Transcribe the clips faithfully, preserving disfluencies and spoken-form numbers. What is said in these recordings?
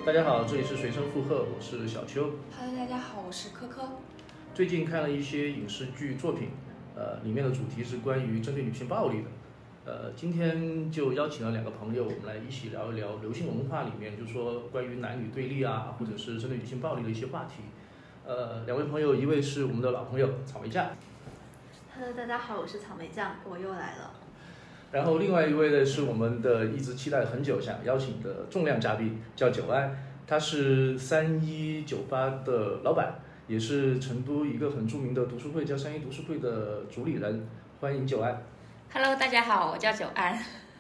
大家好，这里是随声附和，我是小邱。 Hello， 大家好，我是科科。 最近看了一些影视剧作品，呃，里面的主题是关于针对女性暴力的。呃，今天就邀请了两个朋友，我们来一起聊一聊流行文化里面，就是说关于男女对立啊，或者是针对女性暴力的一些话题。呃，两位朋友，一位是我们的老朋友草莓酱。 Hello， 大家好，我是草莓酱，我又来了。 然后另外一位呢是我们的一直期待很久想邀请的重量嘉宾，叫久安，他是三一酒吧的老板，也是成都一个很著名的读书会叫三一读书会的主理人，欢迎久安。 Hello， 大家好，我叫久安。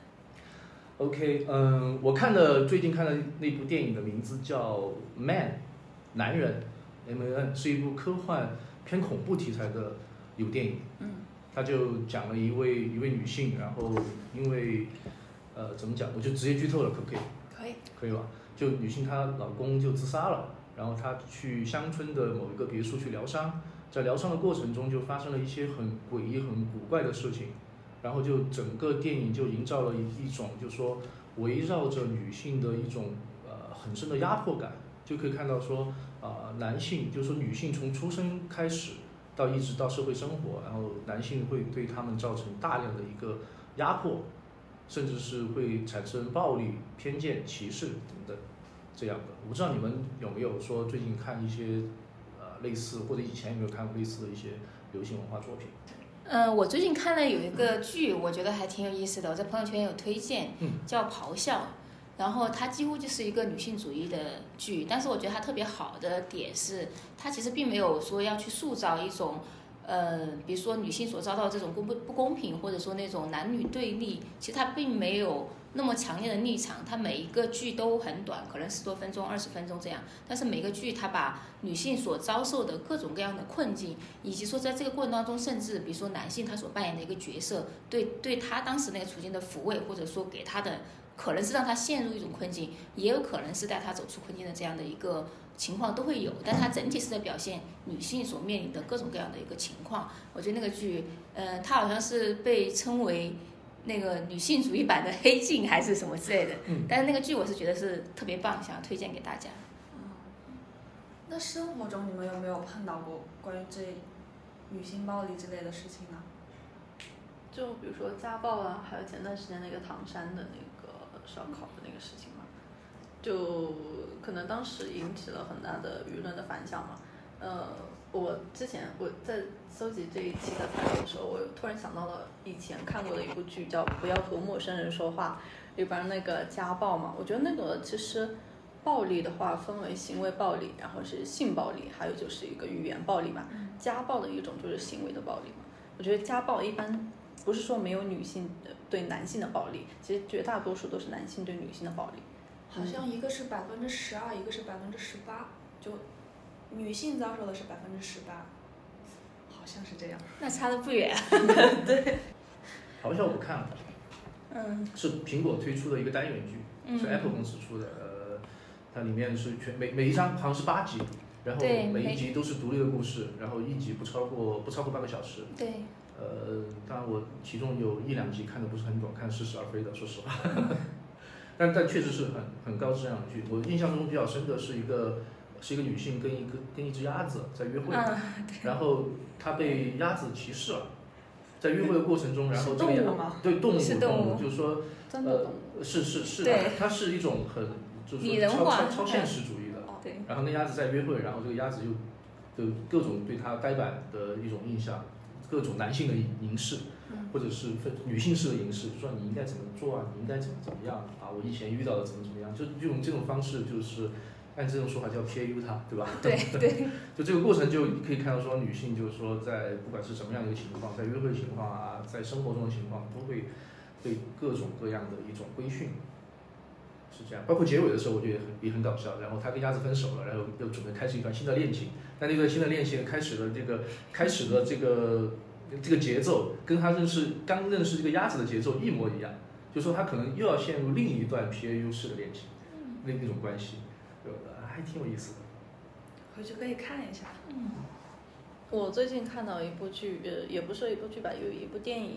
OK， 嗯，我看了最近看了那部电影的名字叫《Man》，男人 ，M A N， 是一部科幻偏恐怖题材的有电影。 嗯。 他就讲了一位一位女性，然后因为呃怎么讲，我就直接剧透了，可不可以？ 可以。 可以吧？就女性她老公就自杀了，然后她去乡村的某一个别墅去疗伤，在疗伤的过程中就发生了一些很诡异、很古怪的事情，然后就整个电影就营造了一一种，就是说围绕着女性的一种呃很深的压迫感，就可以看到说啊、呃、男性，就是说女性从出生开始。到一直到社会生活，然后男性会对他们造成大量的一个压迫，甚至是会产生暴力、偏见、歧视等等这样的。我不知道你们有没有说最近看一些呃类似，或者以前有没有看过类似的一些流行文化作品？ 嗯、呃，我最近看了有一个剧，我觉得还挺有意思的，我在朋友圈有推荐，叫《咆哮》。然后它几乎就是一个女性主义的剧，但是我觉得它特别好的点是，它其实并没有说要去塑造一种，呃，比如说女性所遭到这种公不不公平，或者说那种男女对立，其实它并没有那么强烈的立场。它每一个剧都很短，可能十多分钟、二十分钟这样，但是每个剧它把女性所遭受的各种各样的困境，以及说在这个过程当中，甚至比如说男性他所扮演的一个角色，对对他当时那个处境的抚慰，或者说给他的。可能是让他陷入一种困境，也有可能是带他走出困境的这样的一个情况都会有，但它整体是在表现女性所面临的各种各样的一个情况。我觉得那个剧，呃，它好像是被称为那个女性主义版的《黑镜》还是什么之类的， 嗯， 但是那个剧我是觉得是特别棒，想要推荐给大家。 嗯，那生活中你们有没有碰到过关于这女性暴力之类的事情呢？ 就比如说家暴啊，还有前段时间那个唐山的那个烧烤的那个事情嘛，就可能当时引起了很大的舆论的反响嘛。呃，我之前我在搜集这一期的材料的时候，我突然想到了以前看过的一部剧叫《不要和陌生人说话》，里边那个家暴嘛，我觉得那个其实暴力的话分为行为暴力，然后是性暴力，还有就是一个语言暴力嘛。家暴的一种就是行为的暴力嘛。我觉得家暴一般不是说没有女性对男性的暴力，其实绝大多数都是男性对女性的暴力。 好像一个是百分之十二，一个是百分之十八，就女性遭受的是百分之十八，好像是这样。 那差得不远。 对。 咆哮我看了， 嗯， 是苹果推出的一个单元剧， 嗯、 是 Apple 公司出的，呃，它里面是全每每一章好像是八集，然后每一集都是独立的故事，然后一集不超过不超过半个小时。 对。 呃，当然我其中有一两集看的不是很懂，看似是而非的，说实话。但但确实是很很高质量的剧。我印象中比较深的是一个是一个女性跟一个跟一只鸭子在约会， 嗯、 然后她被鸭子歧视了，在约会的过程中，然后这个鸭对动物动物就是说呃是是是的，它是一种很就是说超超超现实主义的。 对。 然后那鸭子在约会，然后这个鸭子就就各种对她呆板的一种印象。各种男性的凝视，或者是女性式的凝视，就说你应该怎么做啊，你应该怎么怎么样啊，我以前遇到的怎么怎么样，就用这种方式，就是按这种说法叫 P A U 它，对吧？ 对对。 就这个过程就可以看到说，女性就是说在不管是什么样的一个情况，在约会情况啊，在生活中的情况，都会被各种各样的一种规训，是这样。包括结尾的时候，我觉得也很也很搞笑。然后他跟鸭子分手了，然后又准备开始一段新的恋情。但那段新的恋情开始的这个开始的这个这个节奏，跟他认识刚认识这个鸭子的节奏一模一样，就说他可能又要陷入另一段 P A U 式的恋情，那那种关系，还挺有意思的。 回去可以看一下。 嗯，我最近看到一部剧，呃，也不是一部剧吧，有一部电影，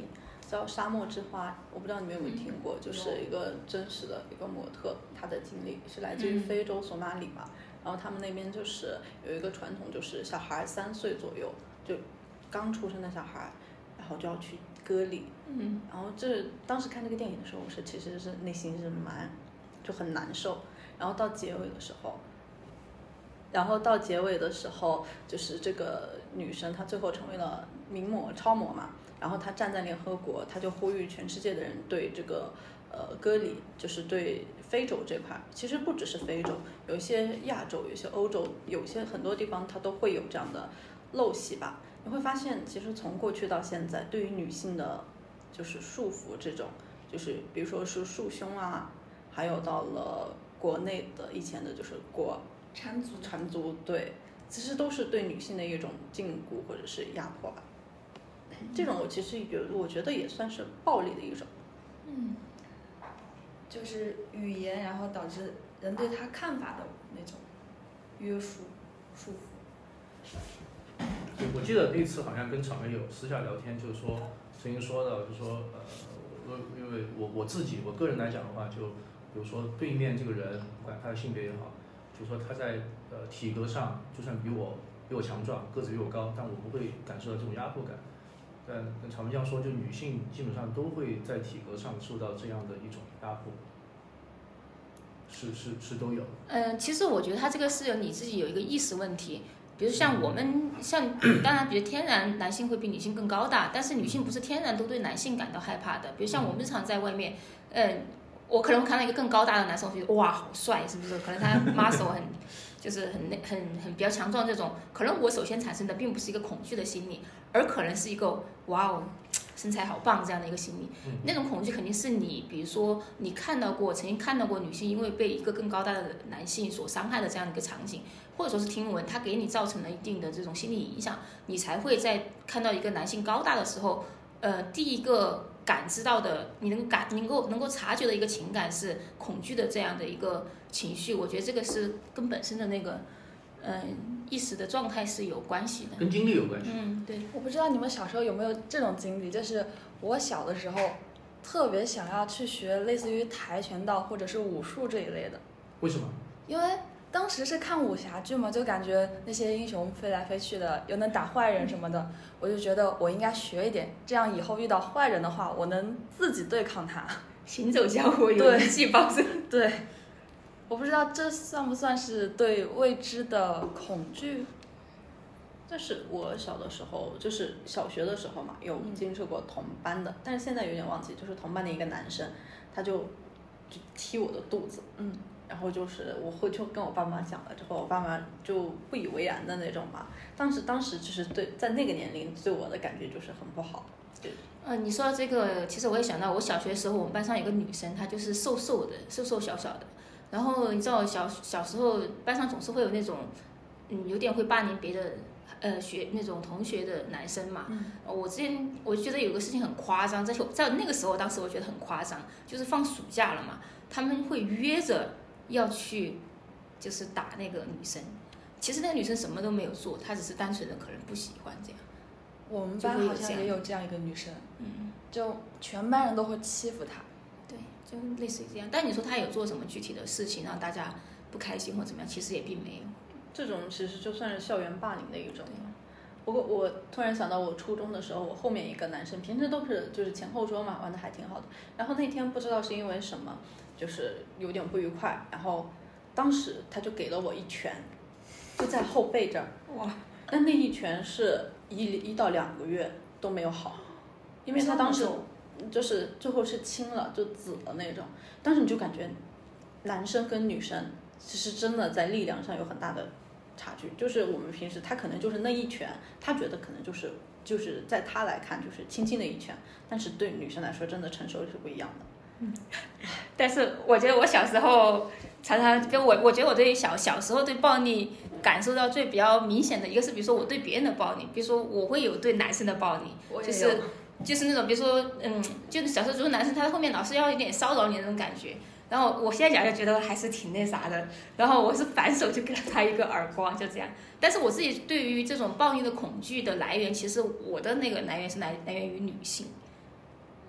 叫《沙漠之花》，我不知道你们有没有听过，就是一个真实的一个模特，她的经历是来自于非洲索马里嘛，然后他们那边就是有一个传统，就是小孩三岁左右就刚出生的小孩，然后就要去割礼， 嗯， 然后这当时看这个电影的时候，我是其实是内心是蛮就很难受，然后到结尾的时候。然后到结尾的时候，就是这个女生她最后成为了名模超模嘛，然后她站在联合国，她就呼吁全世界的人对这个呃割礼，就是对非洲这块，其实不只是非洲，有一些亚洲，有一些欧洲，有些很多地方它都会有这样的陋习吧。你会发现，其实从过去到现在，对于女性的，就是束缚这种，就是比如说是束胸啊，还有到了国内的以前的就是国。 缠足， 缠足，对，其实都是对女性的一种禁锢或者是压迫吧。这种我其实觉得，我觉得也算是暴力的一种。 嗯， 就是语言，然后导致人对他看法的那种约束、束缚。 我记得那次好像跟场妹有私下聊天，就是说曾经说到，就是说呃，因为我我自己我个人来讲的话，就比如说对面这个人，不管他的性别也好。就是说他在呃体格上，就算比我比我强壮，个子比我高，但我不会感受到这种压迫感。但跟常文江说，就女性基本上都会在体格上受到这样的一种压迫，是是是都有。 嗯，其实我觉得他这个是有你自己有一个意识问题。比如像我们像当然，比如天然男性会比女性更高大，但是女性不是天然都对男性感到害怕的。比如像我们日常在外面，嗯。我可能看到一个更高大的男生，我觉得哇好帅，是不是？可能他 muscle 很，就是很很很比较强壮这种，可能我首先产生的并不是一个恐惧的心理，而可能是一个哇哦身材好棒这样的一个心理。那种恐惧肯定是你，比如说你看到过，曾经看到过女性因为被一个更高大的男性所伤害的这样的一个场景，或者说是听闻他给你造成了一定的这种心理影响，你才会在看到一个男性高大的时候，呃，第一个。感知到的，你能感能够能够察觉的一个情感是恐惧的这样的一个情绪，我觉得这个是跟本身的那个，嗯，意识的状态是有关系的， 跟经历有关系。 嗯，对。 我不知道你们小时候有没有这种经历，就是我小的时候特别想要去学类似于跆拳道或者是武术这一类的。 为什么？ 因为当时是看武侠剧嘛，就感觉那些英雄飞来飞去的，又能打坏人什么的，我就觉得我应该学一点，这样以后遇到坏人的话，我能自己对抗他。 行走江湖有一技傍身。 对，我不知道这算不算是对未知的恐惧。 但是我小的时候，就是小学的时候嘛，有经历过同班的，但是现在有点忘记，就是同班的一个男生，他就就踢我的肚子，嗯。然后就是我会就跟我爸妈讲了之后，我爸妈就不以为然的那种嘛。当时当时就是对在那个年龄对我的感觉就是很不好。对， 呃，你说到这个，其实我也想到，我小学的时候，我们班上有个女生，她就是瘦瘦的，瘦瘦小小的。然后你知道小小时候班上总是会有那种，嗯，有点会霸凌别的呃学那种同学的男生嘛。嗯、我之前我觉得有个事情很夸张，在在那个时候，当时我觉得很夸张，就是放暑假了嘛，他们会约着。要去，就是打那个女生，其实那个女生什么都没有做，她只是单纯的可能不喜欢这样。 我们班好像也有这样一个女生， 嗯， 就全班人都会欺负她。 对，就类似于这样。但你说她有做什么具体的事情让大家不开心或怎么样？其实也并没有。 这种其实就算是校园霸凌的一种。不过我突然想到，我初中的时候，我后面一个男生，平时都是就是前后桌嘛，玩的还挺好的。然后那天不知道是因为什么。就是有点不愉快，然后当时他就给了我一拳，就在后背这儿。哇！但那一拳是一一到两个月都没有好，因为他当时就是最后是青了，就紫了那种。当时你就感觉男生跟女生其实真的在力量上有很大的差距。就是我们平时他可能就是那一拳，他觉得可能就是就是在他来看就是轻轻的一拳，但是对女生来说真的承受是不一样的。 嗯，但是我觉得我小时候常常就我，我觉得我对小小时候对暴力感受到最比较明显的一个是，比如说我对别人的暴力，比如说我会有对男生的暴力，就是就是那种比如说嗯，就是小时候如果男生他后面老是要有点骚扰你的那种感觉，然后我现在讲就觉得还是挺那啥的，然后我是反手就给了他一个耳光，就这样。但是我自己对于这种暴力的恐惧的来源，其实我的那个来源是来来源于女性。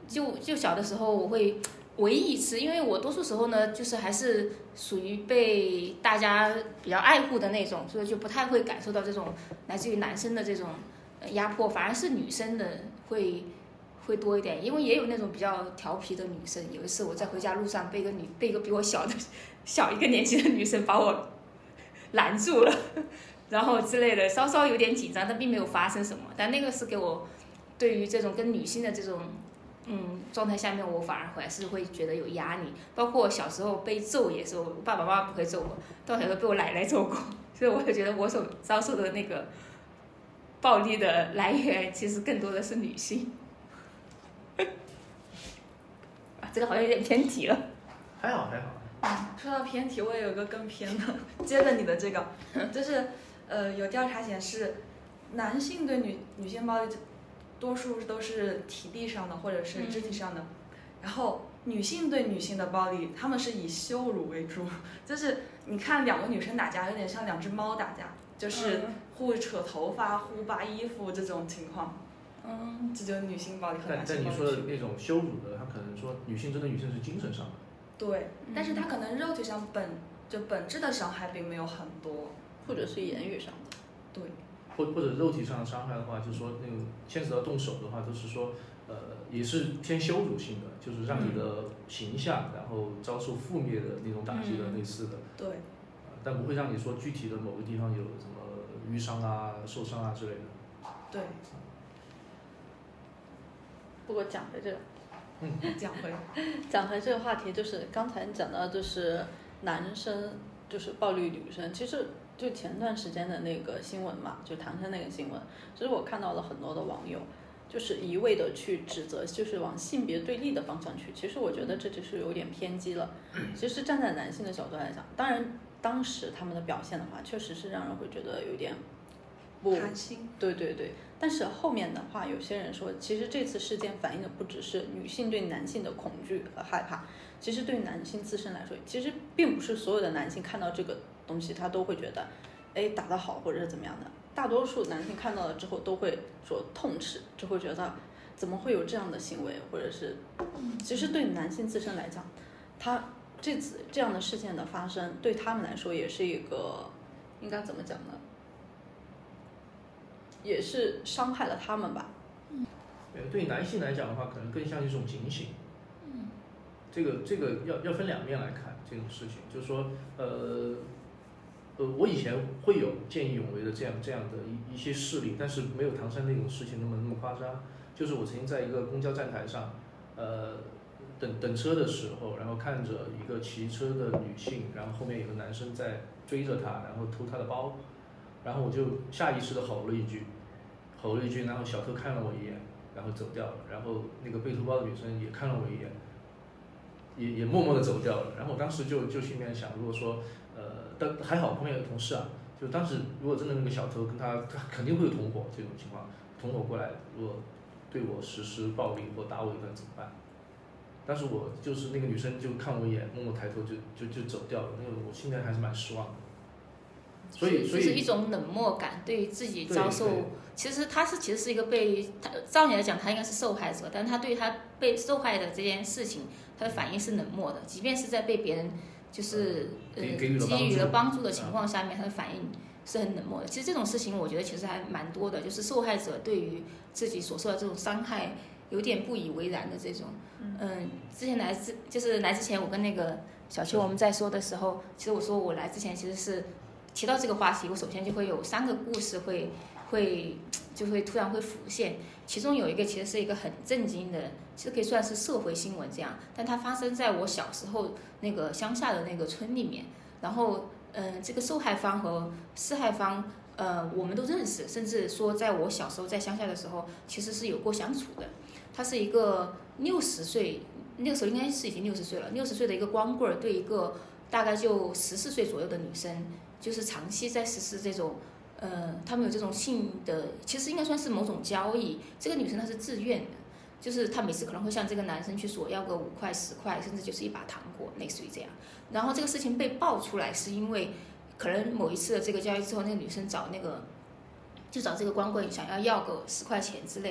就就小的时候我会唯一一次，因为我多数时候呢就是还是属于被大家比较爱护的那种，所以就不太会感受到这种来自于男生的这种压迫，反而是女生的会会多一点，因为也有那种比较调皮的女生。有一次我在回家路上被一个女被一个比我小的小一个年纪的女生把我拦住了，然后之类的，稍稍有点紧张，但并没有发生什么。但那个是给我对于这种跟女性的这种嗯状态下面，我反而还是会觉得有压力。包括我小时候被揍也是，我爸爸妈妈不会揍我，但我小时候被我奶奶揍过，所以我就觉得我所遭受的那个暴力的来源其实更多的是女性。啊，这个好像有点偏题了。 还好还好。 说到偏题，我也有个更偏的，接着你的这个，就是呃，有调查显示，男性对女女性暴力，多数都是体力上的或者是肢体上的，嗯、然后女性对女性的暴力，他们是以羞辱为主，就是你看两个女生打架，有点像两只猫打架，就是互扯头发、互扒衣服这种情况。嗯，这就是女性暴力和男性暴力。 但但你说的那种羞辱的，他可能说女性针对女性是精神上的。 对，但是他可能肉体上本就本质的伤害并没有很多， 或者是言语上的。 对， 或或者肉体上的伤害的话，就是说那种牵扯到动手的话，都是说呃也是偏羞辱性的，就是让你的形象、嗯、然后遭受负面的那种打击的、嗯、类似的。 对、 呃，但不会让你说具体的某个地方有什么淤伤啊、受伤啊之类的。 对。 不过讲回这个。 嗯， 讲回讲回这个话题，就是刚才你讲到，就是男生就是暴力女生，其实就前段时间的那个新闻嘛，就唐山那个新闻，其实我看到了很多的网友，就是一味的去指责，就是往性别对立的方向去。其实我觉得这就是有点偏激了。其实站在男性的角度来讲，当然当时他们的表现的话，确实是让人会觉得有点不寒心。 对对对。但是后面的话，有些人说，其实这次事件反映的不只是女性对男性的恐惧和害怕，其实对男性自身来说，其实并不是所有的男性看到这个东西，他都会觉得，哎，打得好或者是怎么样的。大多数男性看到了之后都会说痛斥，就会觉得怎么会有这样的行为，或者是，其实对男性自身来讲，他这次这样的事件的发生，对他们来说也是一个，应该怎么讲呢？也是伤害了他们吧。 嗯，对男性来讲的话，可能更像一种警醒。 嗯， 这个这个要要分两面来看这种事情，就是说，呃，呃，我以前会有见义勇为的这样这样的一一些事例，但是没有唐山那种事情那么那么夸张。就是我曾经在一个公交站台上，呃，等等车的时候，然后看着一个骑车的女性，然后后面有个男生在追着她，然后偷她的包。然后我就下意识的吼了一句，吼了一句，然后小偷看了我一眼，然后走掉了。然后那个被偷包的女生也看了我一眼，也也默默的走掉了。然后我当时就就心里面想，如果说，呃，但还好旁边有同事啊，就当时如果真的那个小偷跟他，他肯定会有同伙这种情况，同伙过来，如果对我实施暴力或打我一顿怎么办？但是我就是那个女生就看我一眼，默默抬头就就就走掉了。那个我心里面还是蛮失望的。所以，所以就是一种冷漠感，对于自己遭受，其实他是其实是一个被他照你来讲，他应该是受害者，但是他对于他被受害的这件事情，他的反应是冷漠的，即便是在被别人就是呃给予了帮助的情况下面，他的反应是很冷漠的。其实这种事情，我觉得其实还蛮多的，就是受害者对于自己所受的这种伤害，有点不以为然的这种。嗯，之前来之就是来之前，我跟那个小邱我们在说的时候，其实我说我来之前其实是。提到这个话题，我首先就会有三个故事会会就会突然会浮现，其中有一个其实是一个很震惊的，其实可以算是社会新闻这样，但它发生在我小时候那个乡下的那个村里面，然后嗯、呃，这个受害方和施害方呃我们都认识，甚至说在我小时候在乡下的时候其实是有过相处的。他是一个六十岁，那个时候应该是已经六十岁了，六十岁的一个光棍对一个大概就十四岁左右的女生。就是长期在实施这种，呃，他们有这种性的，其实应该算是某种交易。这个女生她是自愿的，就是她每次可能会向这个男生去索要个五块、十块，甚至就是一把糖果，类似于这样。然后这个事情被爆出来，是因为可能某一次的这个交易之后，那个女生找那个，就找这个光棍想要要个十块钱之类的，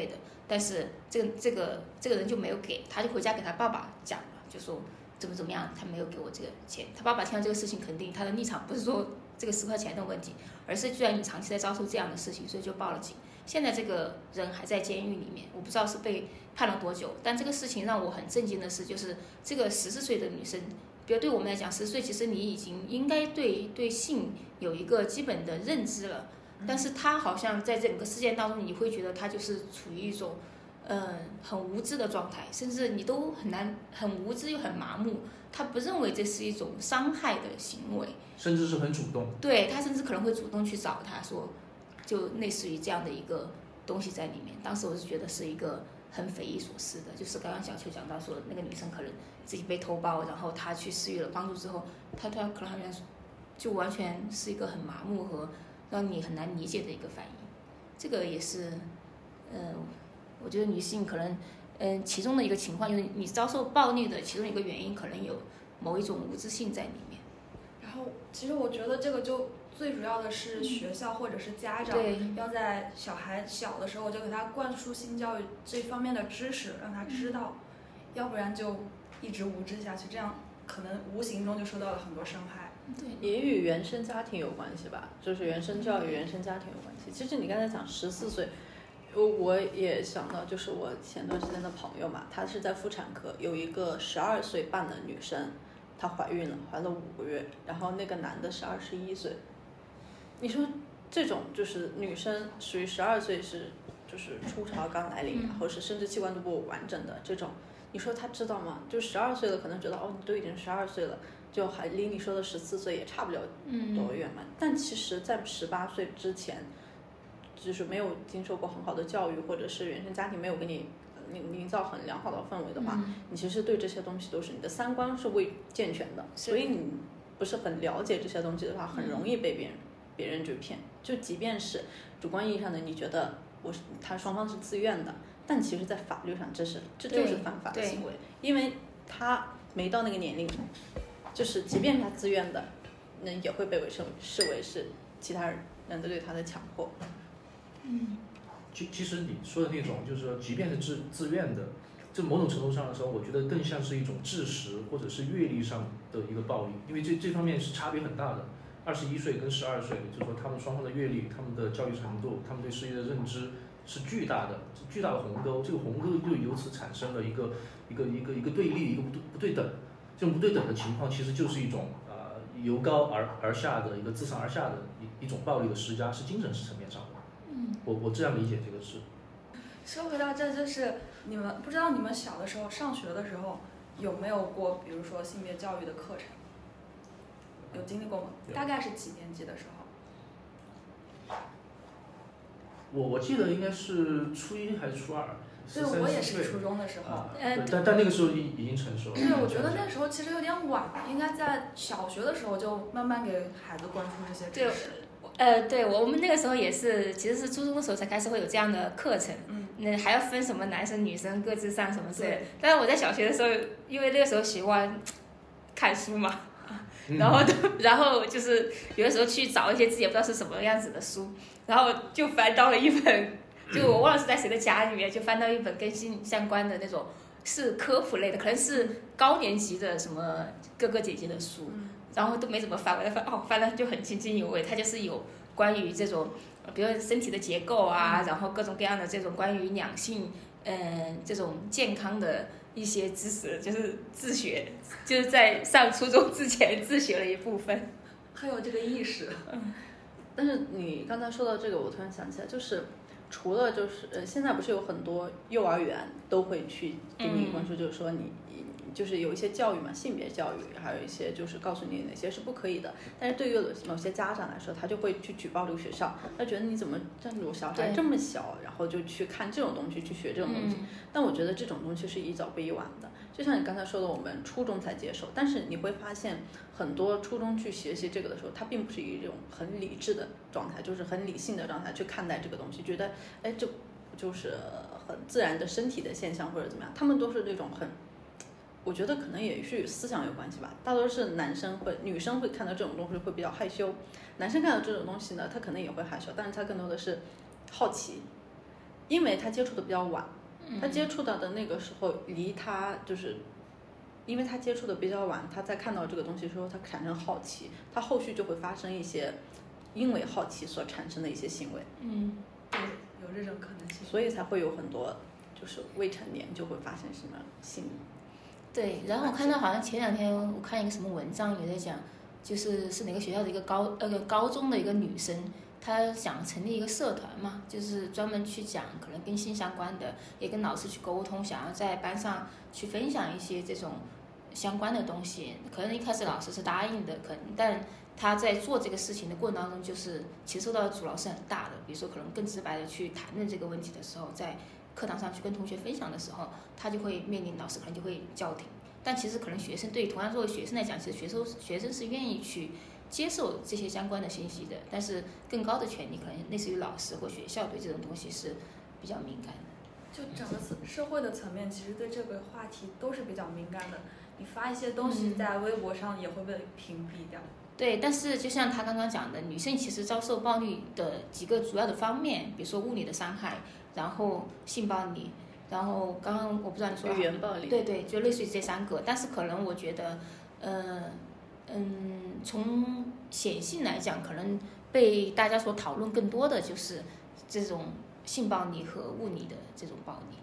但是这个这个这个人就没有给，他就回家给他爸爸讲了，就说怎么怎么样，他没有给我这个钱。他爸爸听到这个事情，肯定他的立场不是说这个十块钱的问题，而是居然你长期在遭受这样的事情，所以就报了警。现在这个人还在监狱里面，我不知道是被判了多久。但这个事情让我很震惊的是，就是这个十四岁的女生，比如对我们来讲，十四岁其实你已经应该对对性有一个基本的认知了，但是她好像在整个事件当中，你会觉得她就是处于一种嗯很无知的状态，甚至你都很难很无知又很麻木，她不认为这是一种伤害的行为， 甚至是很主动。 对，她甚至可能会主动去找他说。就类似于这样的一个东西在里面，当时我是觉得是一个很匪夷所思的，就是刚刚小秋讲到说那个女生可能自己被偷包，然后她去施予了帮助之后，她突然可能好像就完全是一个很麻木和让你很难理解的一个反应。这个也是，嗯、呃，我觉得女性可能，嗯、呃，其中的一个情况就是你遭受暴力的其中一个原因可能有某一种无知性在里面。 然后，其实我觉得这个就。最主要的是学校或者是家长要在小孩小的时候就给他灌输性教育这方面的知识，让他知道，要不然就一直无知下去，这样可能无形中就受到了很多伤害。 对， 也与原生家庭有关系吧，就是原生教育、原生家庭有关系。其实你刚才讲十四岁，我我也想到，就是我前段时间的朋友嘛，她是在妇产科，有一个十二岁半的女生，她怀孕了，怀了五个月，然后那个男的是二十一岁。你说这种就是女生属于十二岁是就是初潮刚来临，或者是生殖器官都不完整的这种，你说她知道吗？就十二岁了，可能觉得哦，你都已经十二岁了，就还离你说的十四岁也差不了多远嘛。但其实，在十八岁之前，就是没有经受过很好的教育，或者是原生家庭没有给你营营造很良好的氛围的话，你其实对这些东西都是你的三观是未健全的，所以你不是很了解这些东西的话，很容易被别人。别人就骗，就即便是主观意义上的，你觉得我是他双方是自愿的，但其实在法律上这是这就是犯法的行为，因为他没到那个年龄，就是即便是他自愿的，那也会被视视为是其他人的对他的强迫。 嗯， 其其实你说的那种，就是说，即便是自自愿的，这某种程度上的时候，我觉得更像是一种知识或者是阅历上的一个暴力，因为这这方面是差别很大的。二十一岁跟十二岁，就是说他们双方的阅历、他们的教育程度、他们对世界的认知是巨大的，是巨大的鸿沟。这个鸿沟就由此产生了一个一个一个一个对立、一个不对不对等。这种不对等的情况，其实就是一种啊、呃、由高而而下的一个自上而下的一一种暴力的施加，是精神层面上的。 嗯， 我我这样理解这个事。 说回到这，就是你们不知道你们小的时候上学的时候有没有过，比如说性别教育的课程？有经历过吗？大概是几年级的时候？ 我我记得应该是初一还是初二。 对，我也是初中的时候。 啊、但但那个时候已已经成熟了。 对，我觉得那时候其实有点晚，应该在小学的时候就慢慢给孩子灌输这些知识。 呃，对，我们那个时候也是，其实是初中的时候才开始会有这样的课程。 嗯。 那还要分什么男生女生各自上什么之类的。但是我在小学的时候，因为那个时候喜欢看书嘛。然后，然后就是有的时候去找一些自己也不知道是什么样子的书，然后就翻到了一本，就我忘了是在谁的家里面，就翻到一本跟性相关的那种是科普类的，可能是高年级的什么哥哥姐姐的书，然后都没怎么翻，我翻哦翻的就很津津有味，它就是有关于这种，比如身体的结构啊，然后各种各样的这种关于两性，嗯，这种健康的。一些知识就是自学，就是在上初中之前自学了一部分， 很有这个意识。 嗯， 但是你刚才说到这个，我突然想起来，就是除了就是呃，现在不是有很多幼儿园都会去给你灌输，就是说你。就是有一些教育嘛，性别教育，还有一些就是告诉你哪些是不可以的。但是对于某些家长来说，他就会去举报这个学校，他觉得你怎么这种小孩这么小，然后就去看这种东西，去学这种东西。但我觉得这种东西是宜早不宜晚的。就像你刚才说的，我们初中才接受，但是你会发现很多初中去学习这个的时候，他并不是以一种很理智的状态，就是很理性的状态去看待这个东西，觉得哎这就是很自然的身体的现象或者怎么样，他们都是这种很。我觉得可能也是与思想有关系吧，大多是男生会，女生会看到这种东西会比较害羞，男生看到这种东西呢，他可能也会害羞，但是他更多的是好奇， 因为他接触的比较晚，他接触到的那个时候离他就是。因为他接触的比较晚，他在看到这个东西的时候，他产生好奇，他后续就会发生一些因为好奇所产生的一些行为。 嗯， 对，有这种可能性。 所以才会有很多就是未成年就会发生什么性。 对，然后我看到好像前两天我看一个什么文章也在讲，就是是哪个学校的一个高呃高中的一个女生，她想成立一个社团嘛，就是专门去讲可能跟性相关的，也跟老师去沟通，想要在班上去分享一些这种相关的东西。可能一开始老师是答应的，可能但他在做这个事情的过程当中，就是其实受到的阻挠是很大的。比如说可能更直白的去谈论这个问题的时候，在课堂上去跟同学分享的时候，他就会面临老师可能就会叫停。但其实可能学生对同样作为学生来讲，其实学生学生是愿意去接受这些相关的信息的，但是更高的权利可能类似于老师或学校对这种东西是比较敏感的。 就整个社会的层面，其实对这个话题都是比较敏感的。你发一些东西在微博上也会被屏蔽掉。 对，但是就像他刚刚讲的，女性其实遭受暴力的几个主要的方面，比如说物理的伤害，然后性暴力，然后刚刚我不知道你说语言暴力， 对对，就类似于这三个。但是可能我觉得，呃嗯，从显性来讲，可能被大家所讨论更多的就是这种性暴力和物理的这种暴力。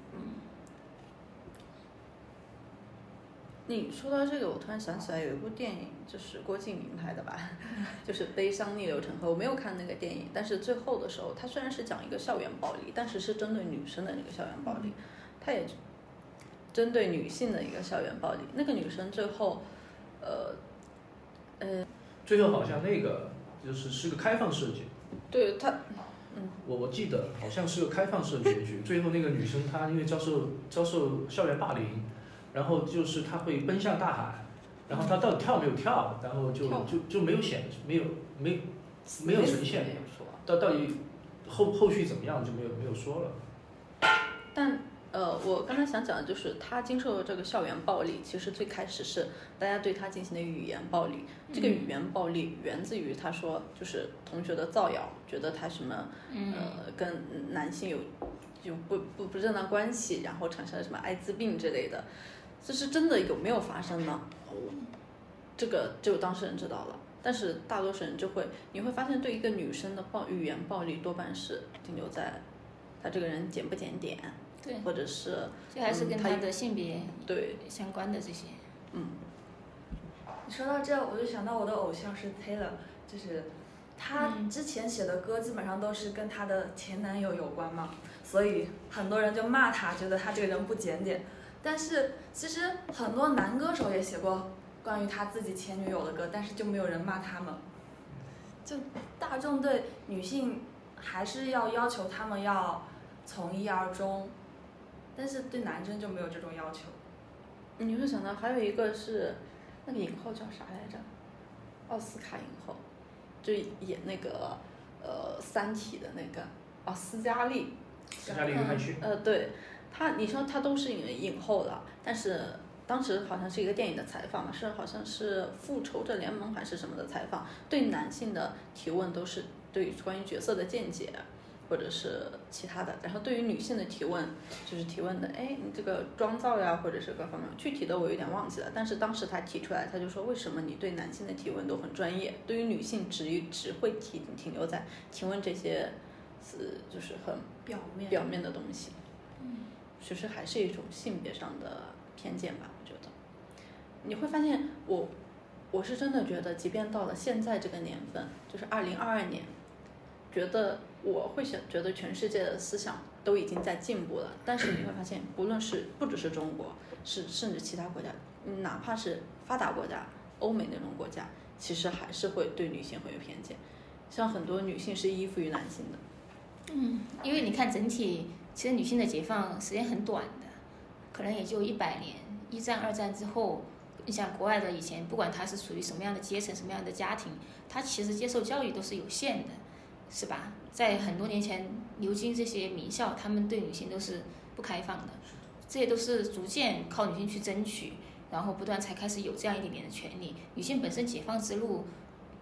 你说到这个，我突然想起来有一部电影，就是郭敬明拍的吧，就是《悲伤逆流成河》。我没有看那个电影，但是最后的时候，它虽然是讲一个校园暴力，但是是针对女生的那个校园暴力，它也针对女性的一个校园暴力。那个女生最后，呃，呃， 最后好像那个就是是个开放式结局。 对她， 嗯，我我记得好像是个开放式结局。最后那个女生她因为遭受遭受校园霸凌。然后就是他会奔向大海，然后他到底跳没有跳，然后就就就没有显没有没没有呈现，到到底后后续怎么样就没有没有说了。 但呃，我刚才想讲的就是他经受的这个校园暴力，其实最开始是大家对他进行的语言暴力。这个语言暴力源自于他说就是同学的造谣，觉得他什么呃跟男性有就不不不正当关系，然后产生了什么艾滋病之类的。这是真的有没有发生呢？这个只有当事人知道了，但是大多数人就会，你会发现对一个女生的暴语言暴力多半是停留在她这个人检不检点， 对， 或者是这还是跟她的性别对相关的这些。 嗯， 你说到这，我就想到我的偶像是 Taylor， 就是他之前写的歌基本上都是跟他的前男友有关嘛，所以很多人就骂他，觉得他这个人不检点。但是其实很多男歌手也写过关于他自己前女友的歌，但是就没有人骂他们。就大众对女性还是要要求他们要从一而终，但是对男生就没有这种要求。 你会想到还有一个是那个影后叫啥来着？奥斯卡影后，就演那个呃《三体》的那个哦斯嘉丽。 斯嘉丽·约翰逊。 呃，对。他，你说他都是影影后了，但是当时好像是一个电影的采访嘛，是好像是复仇者联盟还是什么的采访，对男性的提问都是对于关于角色的见解，或者是其他的，然后对于女性的提问就是提问的，哎，你这个妆造呀，或者是各方面具体的我有点忘记了，但是当时他提出来，他就说为什么你对男性的提问都很专业，对于女性只只会提停留在请问这些是就是很表面表面的东西。其实还是一种性别上的偏见吧，我觉得。你会发现我，我是真的觉得，即便到了现在这个年份，就是二零二二年，觉得我会想觉得全世界的思想都已经在进步了。但是你会发现，不论是不只是中国，是甚至其他国家，哪怕是发达国家、欧美那种国家，其实还是会对女性会有偏见。像很多女性是依附于男性的。 嗯，因为你看整体。其实女性的解放时间很短的，可能也就一百年。一战、二战之后，你像国外的以前，不管他是属于什么样的阶层、什么样的家庭，他其实接受教育都是有限的，是吧？在很多年前，牛津这些名校，他们对女性都是不开放的，这些都是逐渐靠女性去争取，然后不断才开始有这样一点点的权利。女性本身解放之路，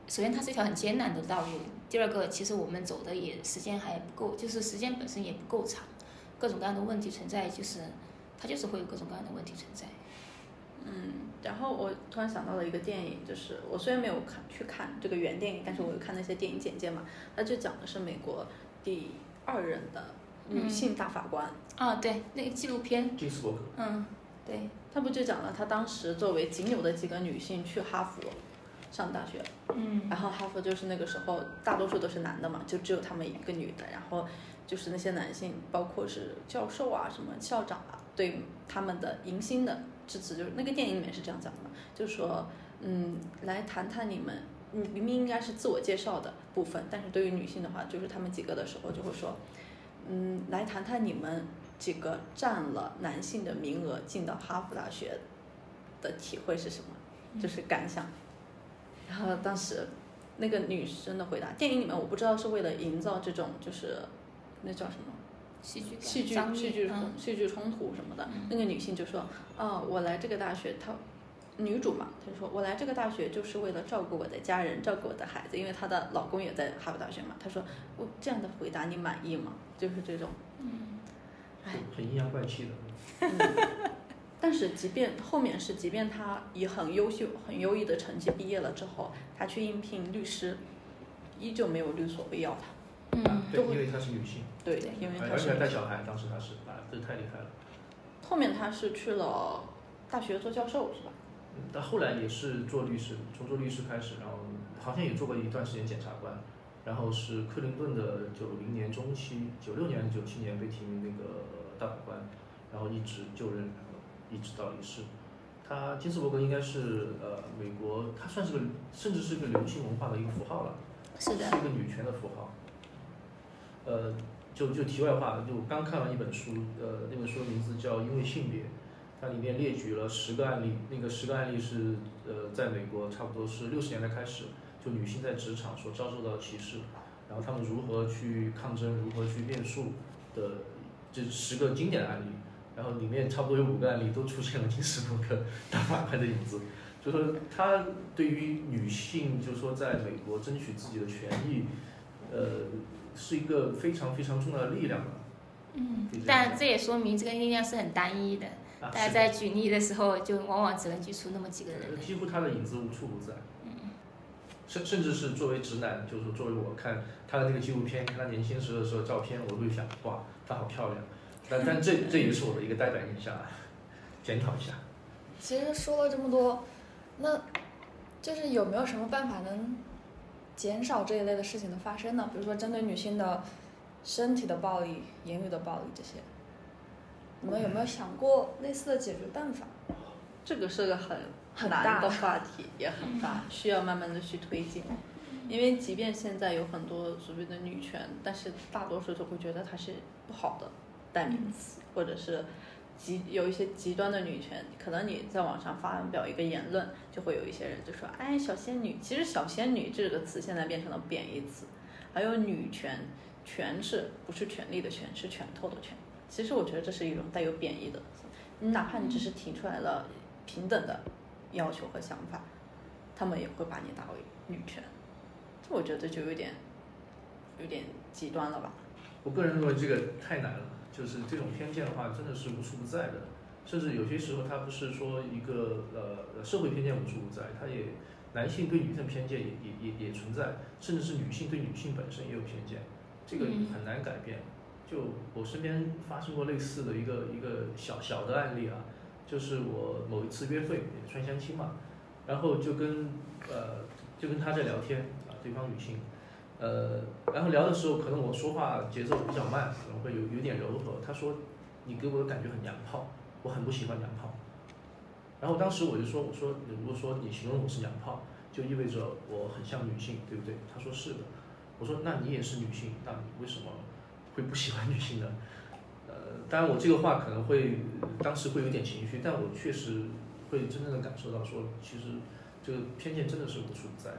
首先它是一条很艰难的道路，第二个其实我们走的也时间还不够，就是时间本身也不够长，各种各样的问题存在，就是它就是会有各种各样的问题存在。 嗯，然后我突然想到了一个电影，就是我虽然没有看去看这个原电影，但是我有看那些电影简介嘛，它就讲的是美国第二任的女性大法官。 嗯、啊，对，那个纪录片。 金斯伯格。 嗯，对。 他不就讲了，他当时作为仅有的几个女性去哈佛上大学， 嗯， 然后哈佛就是那个时候大多数都是男的嘛，就只有他们一个女的，然后就是那些男性，包括是教授啊、什么校长啊，对他们的迎新的致辞，就是那个电影里面是这样讲的嘛，就是说，嗯，来谈谈你们，嗯，明明应该是自我介绍的部分，但是对于女性的话，就是他们几个的时候就会说，嗯，来谈谈你们几个占了男性的名额进到哈佛大学的体会是什么，就是感想。然后当时那个女生的回答，电影里面我不知道是为了营造这种就是那叫什么戏剧戏剧戏剧嗯、 戏剧冲突什么的，嗯、那个女性就说啊，我来这个大学，她女主嘛，她说我来这个大学就是为了照顾我的家人，照顾我的孩子，因为她的老公也在哈佛大学嘛。她说我这样的回答你满意吗？就是这种， 嗯， 哎， 很阴阳怪气的。 嗯但是即便后面是，即便他以很优秀、很优异的成绩毕业了之后，他去应聘律师，依旧没有律所会要他。 嗯， 对，因为她是女性。 对，因为她是。 而且还带小孩，当时她是啊，这太厉害了。 后面他是去了大学做教授，是吧？ 嗯，但后来也是做律师，从做律师开始，然后好像也做过一段时间检察官，然后是克林顿的九零年中期，九六年、九七年被提名那个大法官，然后一直就任。一直到离世，他金斯伯格应该是呃美国，他算是个甚至是个流行文化的一个符号了， 是的， 是一个女权的符号。呃，就就题外话，就我刚看完一本书，呃，那本书的名字叫《因为性别》，它里面列举了十个案例，那个十个案例是呃在美国差不多是六十年代开始，就女性在职场所遭受到的歧视，然后她们如何去抗争，如何去辩诉的这十个经典的案例。然后里面差不多有五个案例都出现了金斯伯格大法官的影子，就说他对于女性，就是说在美国争取自己的权益，呃，是一个非常非常重要的力量吧。 嗯，但这也说明这个力量是很单一的，啊、大家在举例的时候就往往只能举出那么几个人。 几乎他的影子无处不在。 嗯， 甚甚至是作为直男，就是说作为我看他的那个纪录片，看他年轻时的时候照片，我会想，哇，她好漂亮。但但这这也是我的一个代表印象啊，检讨一下。 其实说了这么多，那就是有没有什么办法能减少这一类的事情的发生呢？比如说针对女性的身体的暴力、言语的暴力这些，你们有没有想过类似的解决办法？ 这个是个很很难的话题，也很大，需要慢慢的去推进。因为即便现在有很多所谓的女权，但是大多数都会觉得它是不好的代名词，或者是极有一些极端的女权，可能你在网上发表一个言论，就会有一些人就说，哎，小仙女。其实小仙女这个词现在变成了贬义词。还有女权，权是不是权力的权，是拳头的拳。其实我觉得这是一种带有贬义的，你哪怕你只是提出来了平等的要求和想法，他们也会把你打为女权。这我觉得就有点有点极端了吧。 我个人认为这个太难了，就是这种偏见的话真的是无处不在的，甚至有些时候它不是说一个呃社会偏见无处不在，它也男性对女性偏见也也也也存在，甚至是女性对女性本身也有偏见，这个很难改变。就我身边发生过类似的一个一个小小的案例啊，就是我某一次约会也算相亲嘛，然后就跟呃就跟他在聊天啊，对方女性。呃，然后聊的时候，可能我说话节奏比较慢，可能会有有点柔和。他说：“你给我的感觉很娘炮，我很不喜欢娘炮。”然后当时我就说：“我说，如果说你形容我是娘炮，就意味着我很像女性，对不对？”他说：“是的。”我说：“那你也是女性，那你为什么会不喜欢女性呢？”呃，当然我这个话可能会当时会有点情绪，但我确实会真正的感受到说，其实这个偏见真的是无处不在的。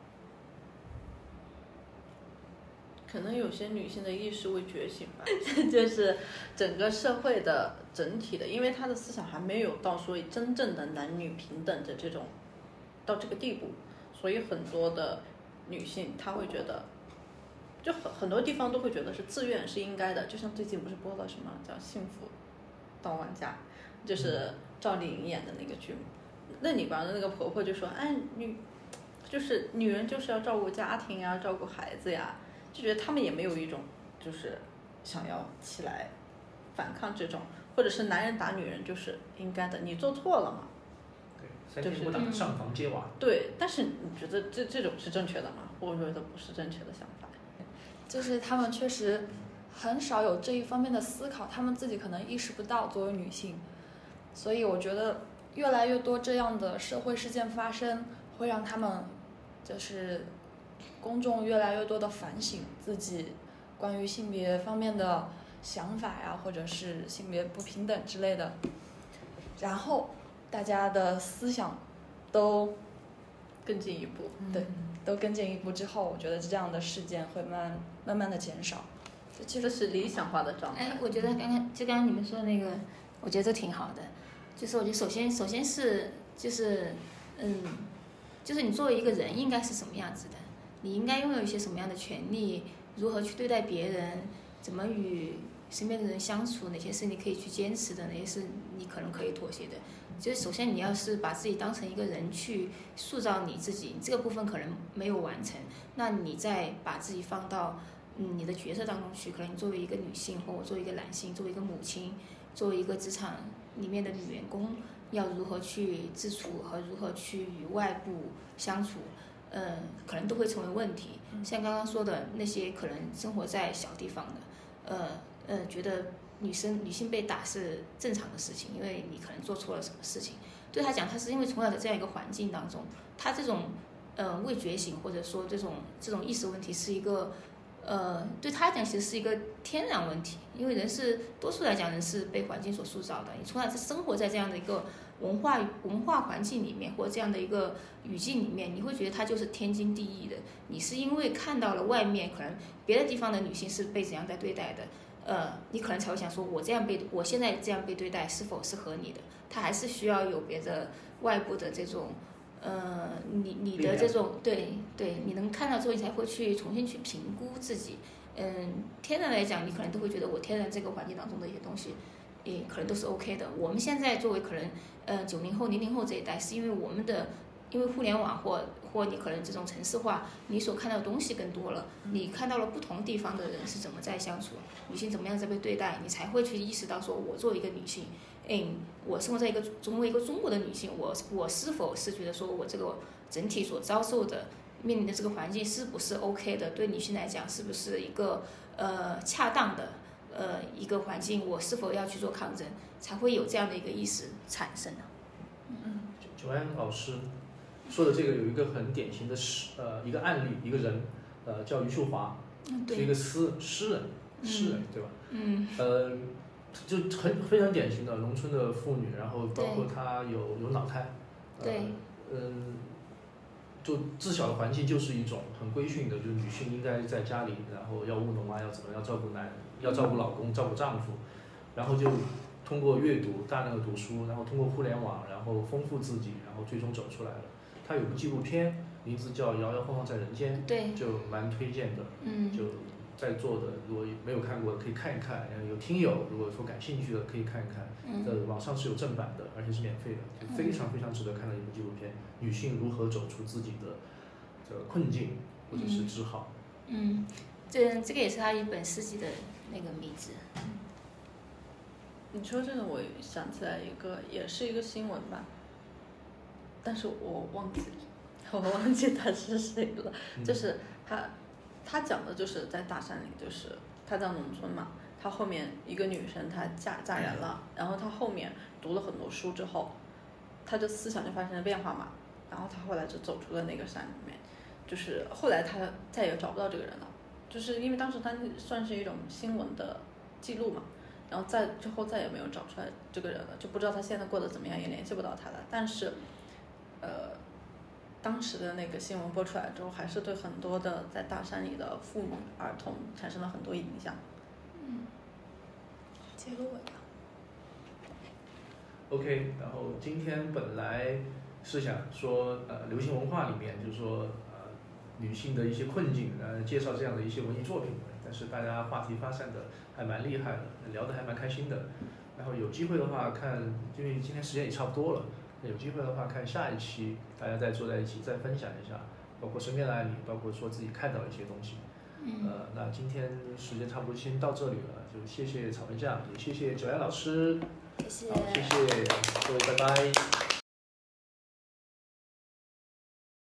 可能有些女性的意识会觉醒吧，就是整个社会的整体的，因为她的思想还没有到说真正的男女平等的这种到这个地步，所以很多的女性，她会觉得，就很很多地方都会觉得是自愿是应该的，就像最近不是播了什么叫《幸福到万家》，就是赵丽颖演的那个剧目，那里边的那个婆婆就说，哎，女就是女人就是要照顾家庭呀，照顾孩子呀，就觉得他们也没有一种就是想要起来反抗这种，或者是男人打女人就是应该的，你做错了嘛。 对，三天不打上房揭瓦。 对，但是你觉得这这种是正确的吗？我觉得不是正确的想法。 就是他们确实很少有这一方面的思考，他们自己可能意识不到作为女性，所以我觉得越来越多这样的社会事件发生，会让他们就是公众越来越多的反省自己关于性别方面的想法呀，或者是性别不平等之类的，然后大家的思想都更进一步， 对，都更进一步之后，我觉得这样的事件会慢慢慢的减少。 这是理想化的状态。 哎，我觉得刚刚就刚刚你们说的那个，我觉得这挺好的。就是我觉得首先首先是就是嗯，就是你作为一个人应该是什么样子的，你应该拥有一些什么样的权利，如何去对待别人，怎么与身边的人相处，哪些是你可以去坚持的，哪些是你可能可以妥协的。就是首先你要是把自己当成一个人去塑造你自己，这个部分可能没有完成，那你再把自己放到嗯你的角色当中去，可能你作为一个女性，或者作为一个男性，作为一个母亲，作为一个职场里面的女员工，要如何去自处和如何去与外部相处，嗯，可能都会成为问题。像刚刚说的那些可能生活在小地方的，呃呃，觉得女生女性被打是正常的事情，因为你可能做错了什么事情。对他讲，他是因为从小的这样一个环境当中，他这种呃未觉醒或者说这种这种意识问题是一个呃对他讲其实是一个天然问题，因为人是多数来讲人是被环境所塑造的，你从小生活在这样的一个文化文化环境里面，或者这样的一个语境里面，你会觉得它就是天经地义的。你是因为看到了外面可能别的地方的女性是被怎样在对待的。呃，你可能才会想说，我这样被，我现在这样被对待是否是合理的？他还是需要有别的外部的这种，呃，你你的这种，对对，你能看到之后，你才会去重新去评估自己。嗯，天然来讲，你可能都会觉得我天然这个环境当中的一些东西，也可能都是 OK 的。我们现在作为可能，呃，九零后、零零后这一代，是因为我们的。因为互联网或或你可能这种城市化，你所看到的东西更多了，你看到了不同地方的人是怎么在相处，女性怎么样在被对待，你才会去意识到说，我作为一个女性，嗯，我生活在一个作为一个中国的女性，我我是否是觉得说我这个整体所遭受的面临的这个环境是不是 OK 的？对女性来讲，是不是一个呃恰当的呃一个环境？我是否要去做抗争，才会有这样的一个意识产生呢？ 嗯， 九安老师说的这个有一个很典型的诗，呃，一个案例，一个人，呃，叫余秀华， 嗯、 是一个诗诗人，诗人、嗯、对吧？ 嗯。 呃，就很非常典型的农村的妇女，然后包括她有有脑胎， 对， 呃、嗯，就自小的环境就是一种很规训的，就是女性应该在家里，然后要务农啊，要怎么要照顾男人，要照顾老公，照顾丈夫，然后就通过阅读大量的读书，然后通过互联网，然后丰富自己，然后最终走出来了。他有部纪录片，名字叫《摇摇晃晃在人间》， 对， 就蛮推荐的。 嗯， 就在座的如果没有看过的可以看一看，有听友如果说感兴趣的可以看一看。嗯，呃，网上是有正版的，而且是免费的，就非常非常值得看的一部纪录片。嗯、女性如何走出自己的这个困境或者是只好。 嗯，这这个也是他一本诗集的那个名字。 你说这个，我想起来一个，也是一个新闻吧。但是我忘记，我忘记他是谁了。嗯、就是他，他讲的就是在大山里，就是他在农村嘛。他后面一个女生，她嫁嫁人了，然后她后面读了很多书之后，她的思想就发生了变化嘛。然后她后来就走出了那个山里面，就是后来她再也找不到这个人了，就是因为当时她算是一种新闻的记录嘛。然后再之后再也没有找出来这个人了，就不知道他现在过得怎么样，也联系不到他了。但是。呃，当时的那个新闻播出来之后，还是对很多的在大山里的妇女、儿童产生了很多影响。 嗯，结个尾吧。 OK， 然后今天本来是想说，呃，流行文化里面就是说，呃， 女性的一些困境，呃，介绍这样的一些文艺作品。但是大家话题发散的还蛮厉害的，聊得还蛮开心的。然后有机会的话看，因为今天时间也差不多了，有机会的话看下一期，大家再坐在一起再分享一下，包括身边的案例，包括说自己看到的一些东西。呃，那今天时间差不多先到这里了，就谢谢草莓酱，也谢谢九阳老师， 谢谢， 好，谢谢各位，拜拜。